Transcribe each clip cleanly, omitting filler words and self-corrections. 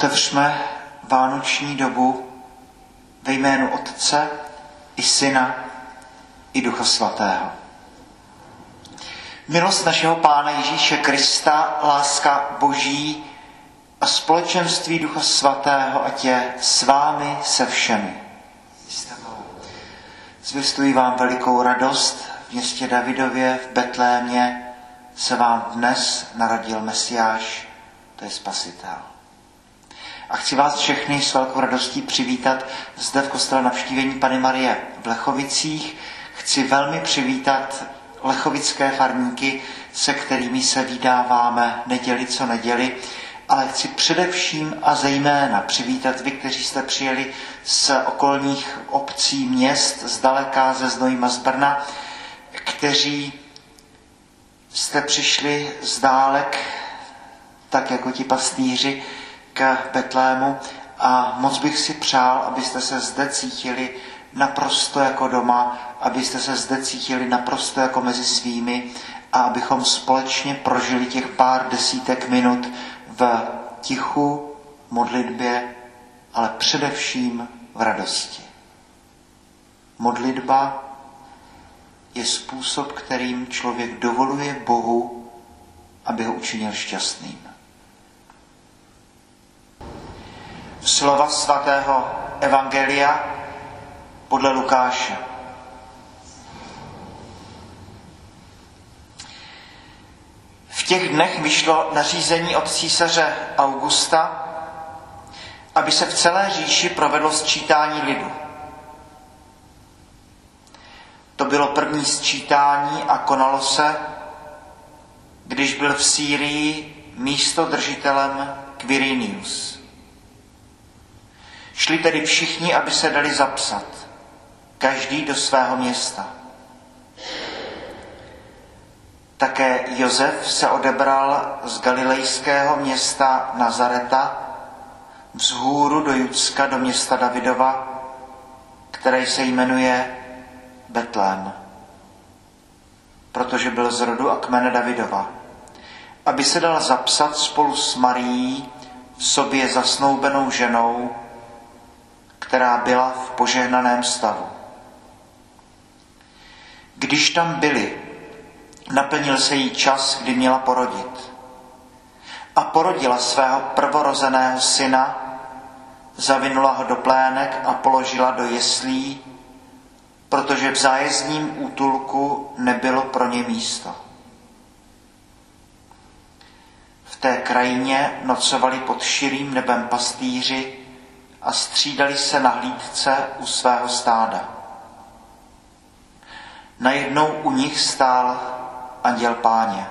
Otevřme vánoční dobu ve jménu Otce i Syna i Ducha Svatého. Milost našeho Pána Ježíše Krista, láska Boží a společenství Ducha Svatého, ať je s vámi se všemi. Zvěstuji vám velikou radost. V městě Davidově v Betlémě se vám dnes narodil Mesiáš, to je Spasitel. A chci vás všechny s velkou radostí přivítat zde v kostele Navštívení Panny Marie v Lechovicích. Chci velmi přivítat lechovické farníky, se kterými se vydáváme neděli co neděli, ale chci především a zejména přivítat vy, kteří jste přijeli z okolních obcí, měst, zdaleka, ze Znojma, z Brna, kteří jste přišli zdálek, tak jako ti pastýři, k Betlému, a moc bych si přál, abyste se zde cítili naprosto jako doma, abyste se zde cítili naprosto jako mezi svými a abychom společně prožili těch pár desítek minut v tichu, modlitbě, ale především v radosti. Modlitba je způsob, kterým člověk dovoluje Bohu, aby ho učinil šťastným. Slova svatého Evangelia podle Lukáše. V těch dnech vyšlo nařízení od císaře Augusta, aby se v celé říši provedlo sčítání lidu. To bylo první sčítání a konalo se, když byl v Sýrii místodržitelem Quirinius. Šli tedy všichni, aby se dali zapsat, každý do svého města. Také Josef se odebral z galilejského města Nazareta vzhůru do Judska, do města Davidova, které se jmenuje Betlém, protože byl z rodu a kmene Davidova, aby se dal zapsat spolu s Marií, sobě zasnoubenou ženou, která byla v požehnaném stavu. Když tam byli, naplnil se jí čas, kdy měla porodit. A porodila svého prvorozeného syna, zavinula ho do plének a položila do jeslí, protože v zájezdním útulku nebylo pro ně místo. V té krajině nocovali pod širým nebem pastýři a střídali se na hlídce u svého stáda. Najednou u nich stál anděl Páně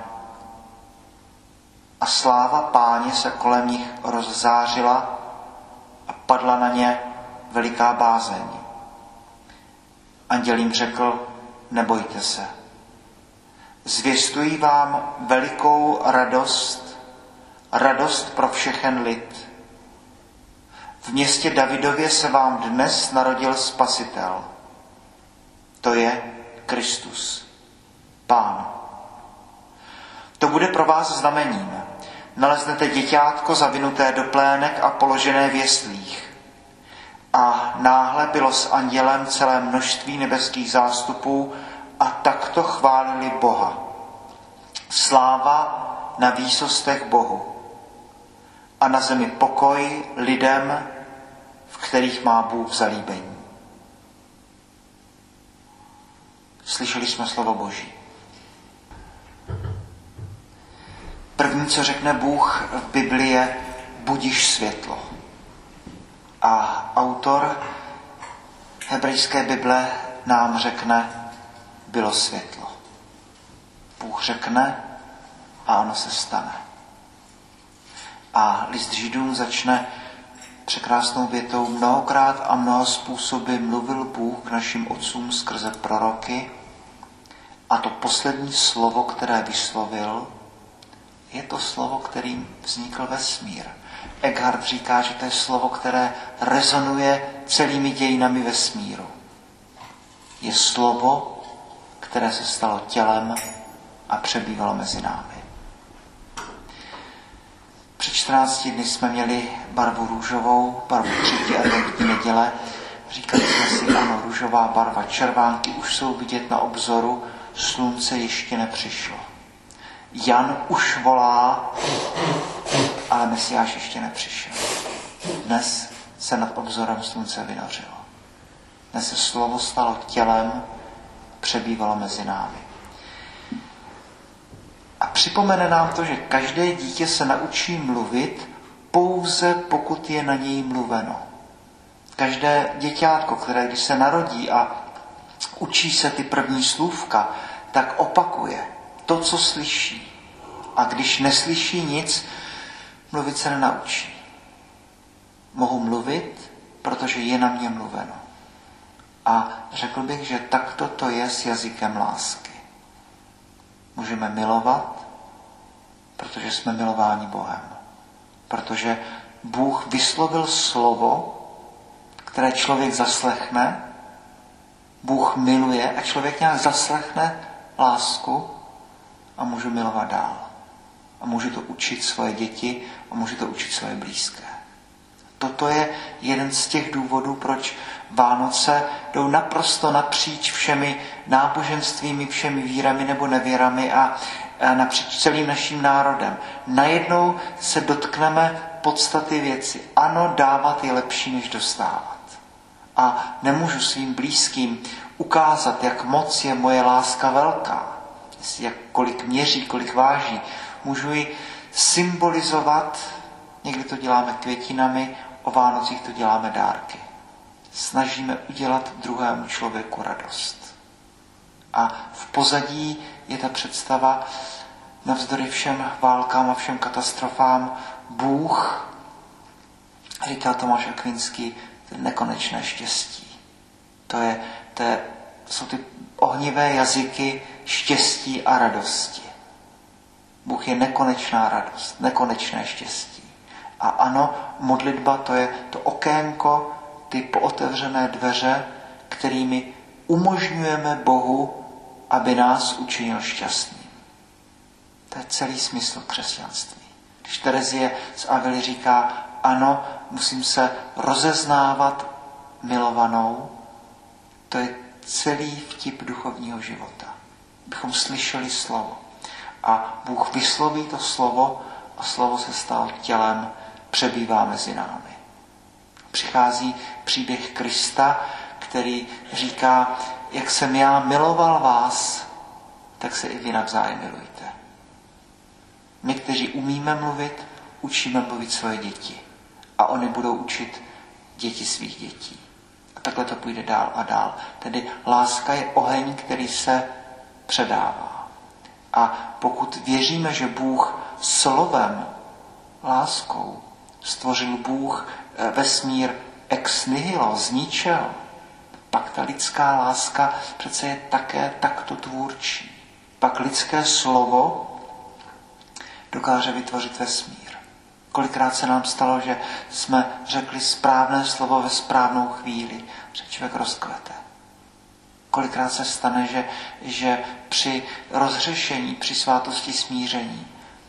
a sláva Páně se kolem nich rozzářila a padla na ně veliká bázeň. Anděl jim řekl: nebojte se, zvěstuji vám velikou radost, radost pro všechen lid. V městě Davidově se vám dnes narodil Spasitel. To je Kristus, Pán. To bude pro vás znamením. Naleznete děťátko zavinuté do plének a položené v jeslích. A náhle bylo s andělem celé množství nebeských zástupů a takto chválili Boha. Sláva na výsostech Bohu a na zemi pokoj lidem, v kterých má Bůh zalíbení. Slyšeli jsme slovo Boží. První, co řekne Bůh v Biblii, je: budiš světlo. A autor hebrejské Bible nám řekne: bylo světlo. Bůh řekne a ono se stane. A list Židům začne překrásnou větou: mnohokrát a mnoha způsoby mluvil Bůh k našim otcům skrze proroky a to poslední slovo, které vyslovil, je to slovo, kterým vznikl vesmír. Eckhart říká, že to je slovo, které rezonuje celými dějinami vesmíru. Je slovo, které se stalo tělem a přebývalo mezi námi. Před 14 dny jsme měli barvu růžovou, barvu 3. adventní neděle. Říkali jsme si, ano, růžová barva, červánky už jsou vidět na obzoru, slunce ještě nepřišlo. Jan už volá, ale Mesiáš ještě nepřišel. Dnes se nad obzorem slunce vynořilo. Dnes se slovo stalo tělem, přebývalo mezi námi. A připomene nám to, že každé dítě se naučí mluvit pouze pokud je na něj mluveno. Každé děťátko, které když se narodí a učí se ty první slůvka, tak opakuje to, co slyší. A když neslyší nic, mluvit se nenaučí. Mohu mluvit, protože je na mě mluveno. A řekl bych, že takto to je s jazykem lásky. Můžeme milovat, protože jsme milováni Bohem. Protože Bůh vyslovil slovo, které člověk zaslechne, Bůh miluje a člověk nějak zaslechne lásku a můžu milovat dál. A můžu to učit svoje děti a můžu to učit svoje blízké. Toto je jeden z těch důvodů, proč Vánoce jdou naprosto napříč všemi náboženstvími, všemi vírami nebo nevěrami a napříč celým naším národem. Najednou se dotkneme podstaty věci. Ano, dávat je lepší, než dostávat. A nemůžu svým blízkým ukázat, jak moc je moje láska velká, jak kolik měří, kolik váží. Můžu ji symbolizovat, někdy to děláme květinami, o Vánocích to děláme dárky. Snažíme udělat druhému člověku radost. A v pozadí je ta představa, navzdory všem válkám a všem katastrofám, Bůh, říká Tomáš Akvinský, nekonečné štěstí. Jsou ty ohnivé jazyky štěstí a radosti. Bůh je nekonečná radost, nekonečné štěstí. A ano, modlitba to je to okénko, ty pootevřené dveře, kterými umožňujeme Bohu, aby nás učinil šťastným. To je celý smysl křesťanství. Když Terezie z Avily říká, ano, musím se rozeznávat milovanou, to je celý vtip duchovního života. Bychom slyšeli slovo. A Bůh vysloví to slovo a slovo se stalo tělem, přebývá mezi námi. Přichází příběh Krista, který říká, jak jsem já miloval vás, tak se i vy navzájem milujte. My, kteří umíme mluvit, učíme mluvit svoje děti. A oni budou učit děti svých dětí. A takhle to půjde dál a dál. Tedy láska je oheň, který se předává. A pokud věříme, že Bůh slovem, láskou, stvořil Bůh vesmír ex nihilo, z ničeho, pak ta lidská láska přece je také takto tvůrčí. Pak lidské slovo dokáže vytvořit vesmír. Kolikrát se nám stalo, že jsme řekli správné slovo ve správnou chvíli, že člověk rozkvete. Kolikrát se stane, že při rozřešení, při svátosti smíření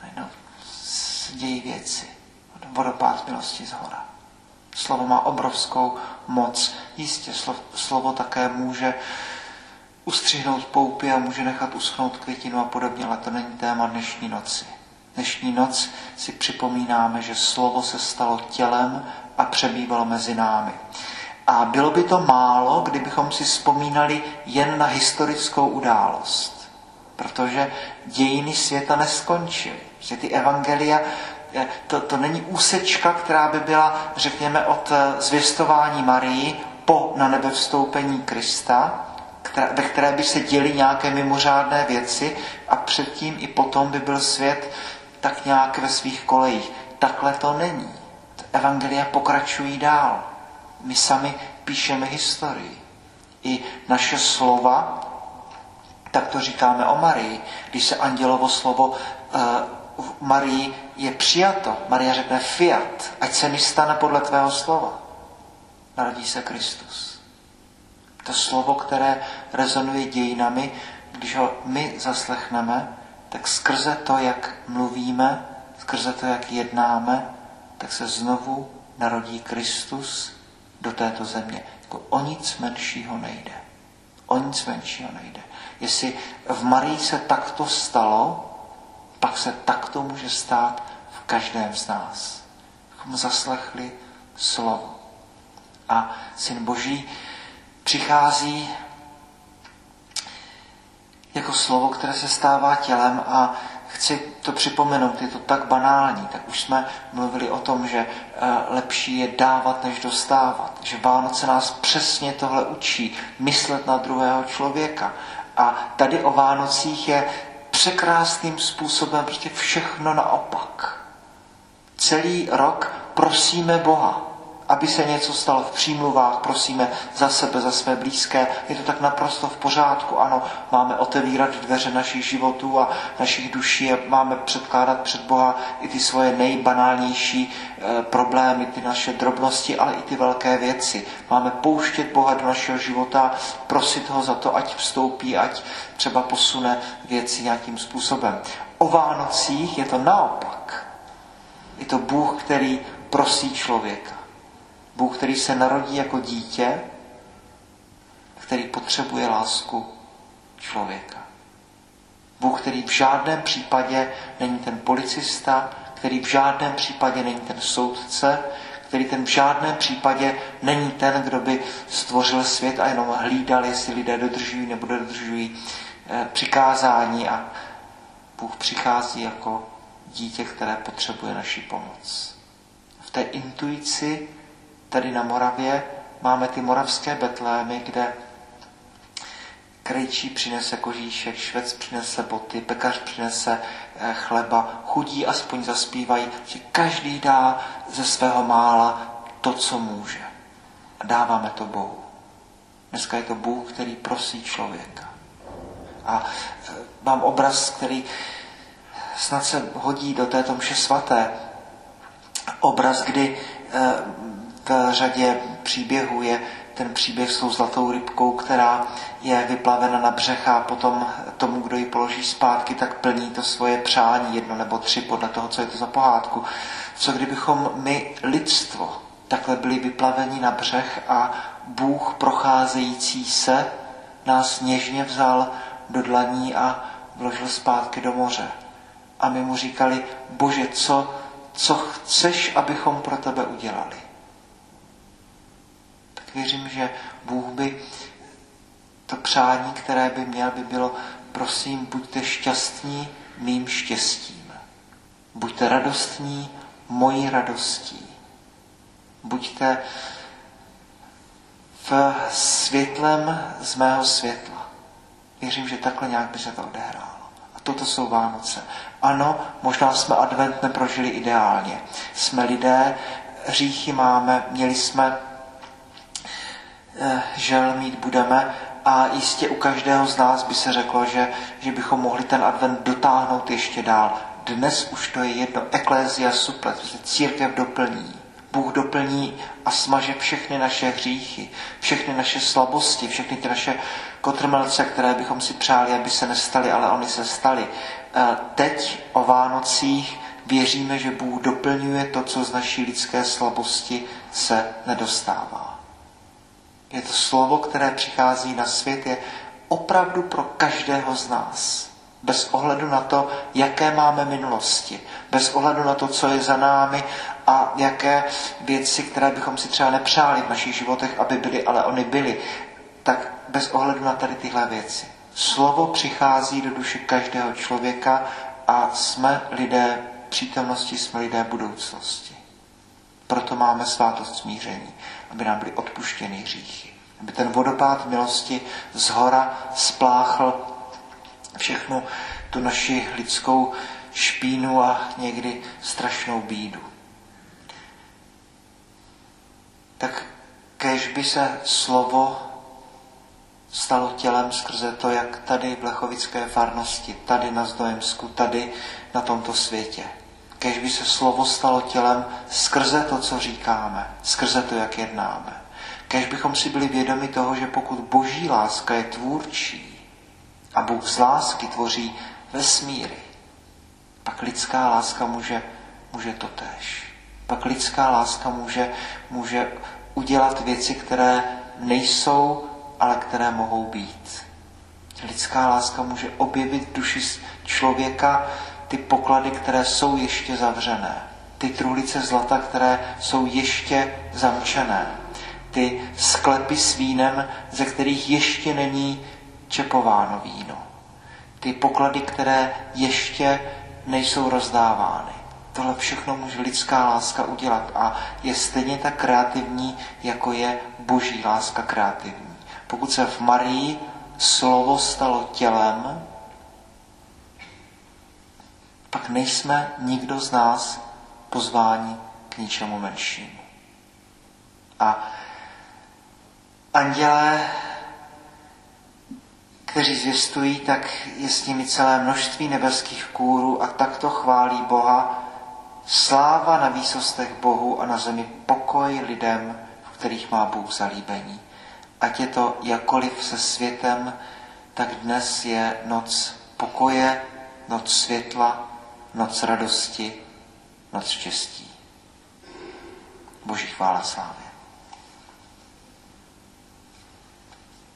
se dějí věci. Vodopád milosti zhora. Slovo má obrovskou moc. Jistě slovo také může ustřihnout poupy a může nechat uschnout květinu a podobně, ale to není téma dnešní noci. Dnešní noc si připomínáme, že slovo se stalo tělem a přebývalo mezi námi. A bylo by to málo, kdybychom si vzpomínali jen na historickou událost. Protože dějiny světa neskončily. Že ty evangelia, to není úsečka, která by byla, řekněme, od zvěstování Marii po na nebe vstoupení Krista, ve které by se děly nějaké mimořádné věci a předtím i potom by byl svět tak nějak ve svých kolejích. Takhle to není. Evangelia pokračují dál. My sami píšeme historii. I naše slova, tak to říkáme o Marii. Když se andělovo slovo Marii je přijato, Maria řekne fiat, ať se mi stane podle tvého slova. Narodí se Kristus. To slovo, které rezonuje dějinami, když ho my zaslechneme, tak skrze to, jak mluvíme, skrze to, jak jednáme, tak se znovu narodí Kristus do této země. Jako o nic menšího nejde. O nic menšího nejde. Jestli v Marii se takto stalo, pak se takto může stát v každém z nás. Abychom zaslechli slovo. A Syn Boží přichází jako slovo, které se stává tělem a chci to připomenout, je to tak banální, tak už jsme mluvili o tom, že lepší je dávat, než dostávat. Že Vánoce nás přesně tohle učí, myslet na druhého člověka. A tady o Vánocích je překrásným způsobem prostě všechno naopak. Celý rok prosíme Boha, aby se něco stalo v přímluvách, prosíme za sebe, za své blízké. Je to tak naprosto v pořádku. Ano, máme otevírat dveře našich životů a našich duší a máme předkládat před Boha i ty svoje nejbanálnější problémy, ty naše drobnosti, ale i ty velké věci. Máme pouštět Boha do našeho života, prosit ho za to, ať vstoupí, ať třeba posune věci nějakým způsobem. O Vánocích je to naopak. Je to Bůh, který prosí člověka. Bůh, který se narodí jako dítě, který potřebuje lásku člověka. Bůh, který v žádném případě není ten policista, který v žádném případě není ten soudce, který ten v žádném případě není ten, kdo by stvořil svět a jenom hlídal, jestli lidé dodržují nebo dodržují přikázání. A Bůh přichází jako dítě, které potřebuje naši pomoc. V té intuici tady na Moravě máme ty moravské betlémy, kde krejčí přinese kožíšek, švec přinese boty, pekař přinese chleba, chudí aspoň zaspívají, že každý dá ze svého mála to, co může. A dáváme to Bohu. Dneska je to Bůh, který prosí člověka. A mám obraz, který snad se hodí do této mše svaté. Obraz, kdy v řadě příběhů je ten příběh s tou zlatou rybkou, která je vyplavena na břeh a potom tomu, kdo ji položí zpátky, tak plní to svoje přání, 1 nebo 3 podle toho, co je to za pohádku. Co kdybychom my, lidstvo, takhle byli vyplaveni na břeh a Bůh procházející se nás něžně vzal do dlaní a vložil zpátky do moře. A my mu říkali, Bože, co chceš, abychom pro tebe udělali? Tak věřím, že Bůh by to přání, které by měl, by bylo, prosím, buďte šťastní mým štěstím. Buďte radostní mojí radostí. Buďte v světlem z mého světla. Věřím, že takhle nějak by se to odehrálo. A toto jsou Vánoce. Ano, možná jsme advent neprožili ideálně. Jsme lidé, hříchy máme, měli jsme, žel mít budeme a jistě u každého z nás by se řeklo, že bychom mohli ten advent dotáhnout ještě dál. Dnes už to je jedno, eklézia suplet, prostě církev doplní. Bůh doplní a smaže všechny naše hříchy, všechny naše slabosti, všechny ty naše kotrmelce, které bychom si přáli, aby se nestaly, ale oni se staly. Teď o Vánocích věříme, že Bůh doplňuje to, co z naší lidské slabosti se nedostává. Je to slovo, které přichází na svět, je opravdu pro každého z nás. Bez ohledu na to, jaké máme minulosti, bez ohledu na to, co je za námi a jaké věci, které bychom si třeba nepřáli v našich životech, aby byly, ale oni byly, tak bez ohledu na tady tyhle věci. Slovo přichází do duše každého člověka a jsme lidé přítomnosti, jsme lidé budoucnosti. Proto máme svátost smíření, aby nám byly odpuštěny hříchy. Aby ten vodopád milosti zhora spláchl všechnu tu naši lidskou špínu a někdy strašnou bídu. Tak kéž by se slovo stalo tělem skrze to, jak tady v Lechovické farnosti, tady na Znojemsku, tady na tomto světě. Kéž by se slovo stalo tělem skrze to, co říkáme, skrze to, jak jednáme. Kéž bychom si byli vědomi toho, že pokud boží láska je tvůrčí a Bůh z lásky tvoří vesmíry, pak lidská láska může může totéž. Pak lidská láska může udělat věci, které nejsou, ale které mohou být. Lidská láska může objevit v duši člověka ty poklady, které jsou ještě zavřené. Ty truhlice zlata, které jsou ještě zamčené. Ty sklepy s vínem, ze kterých ještě není čepováno víno. Ty poklady, které ještě nejsou rozdávány. Tohle všechno může lidská láska udělat a je stejně tak kreativní, jako je boží láska kreativní. Pokud se v Marii slovo stalo tělem, pak nejsme nikdo z nás pozváni k ničemu menšímu. A andělé, kteří zvěstují, tak je s nimi celé množství nebeských kůrů a takto chválí Boha. Sláva na výsostech Bohu a na zemi pokoj lidem, v kterých má Bůh zalíbení. Ať je to jakkoliv se světem, tak dnes je noc pokoje, noc světla, noc radosti, noc štěstí. Boží chvála slávy.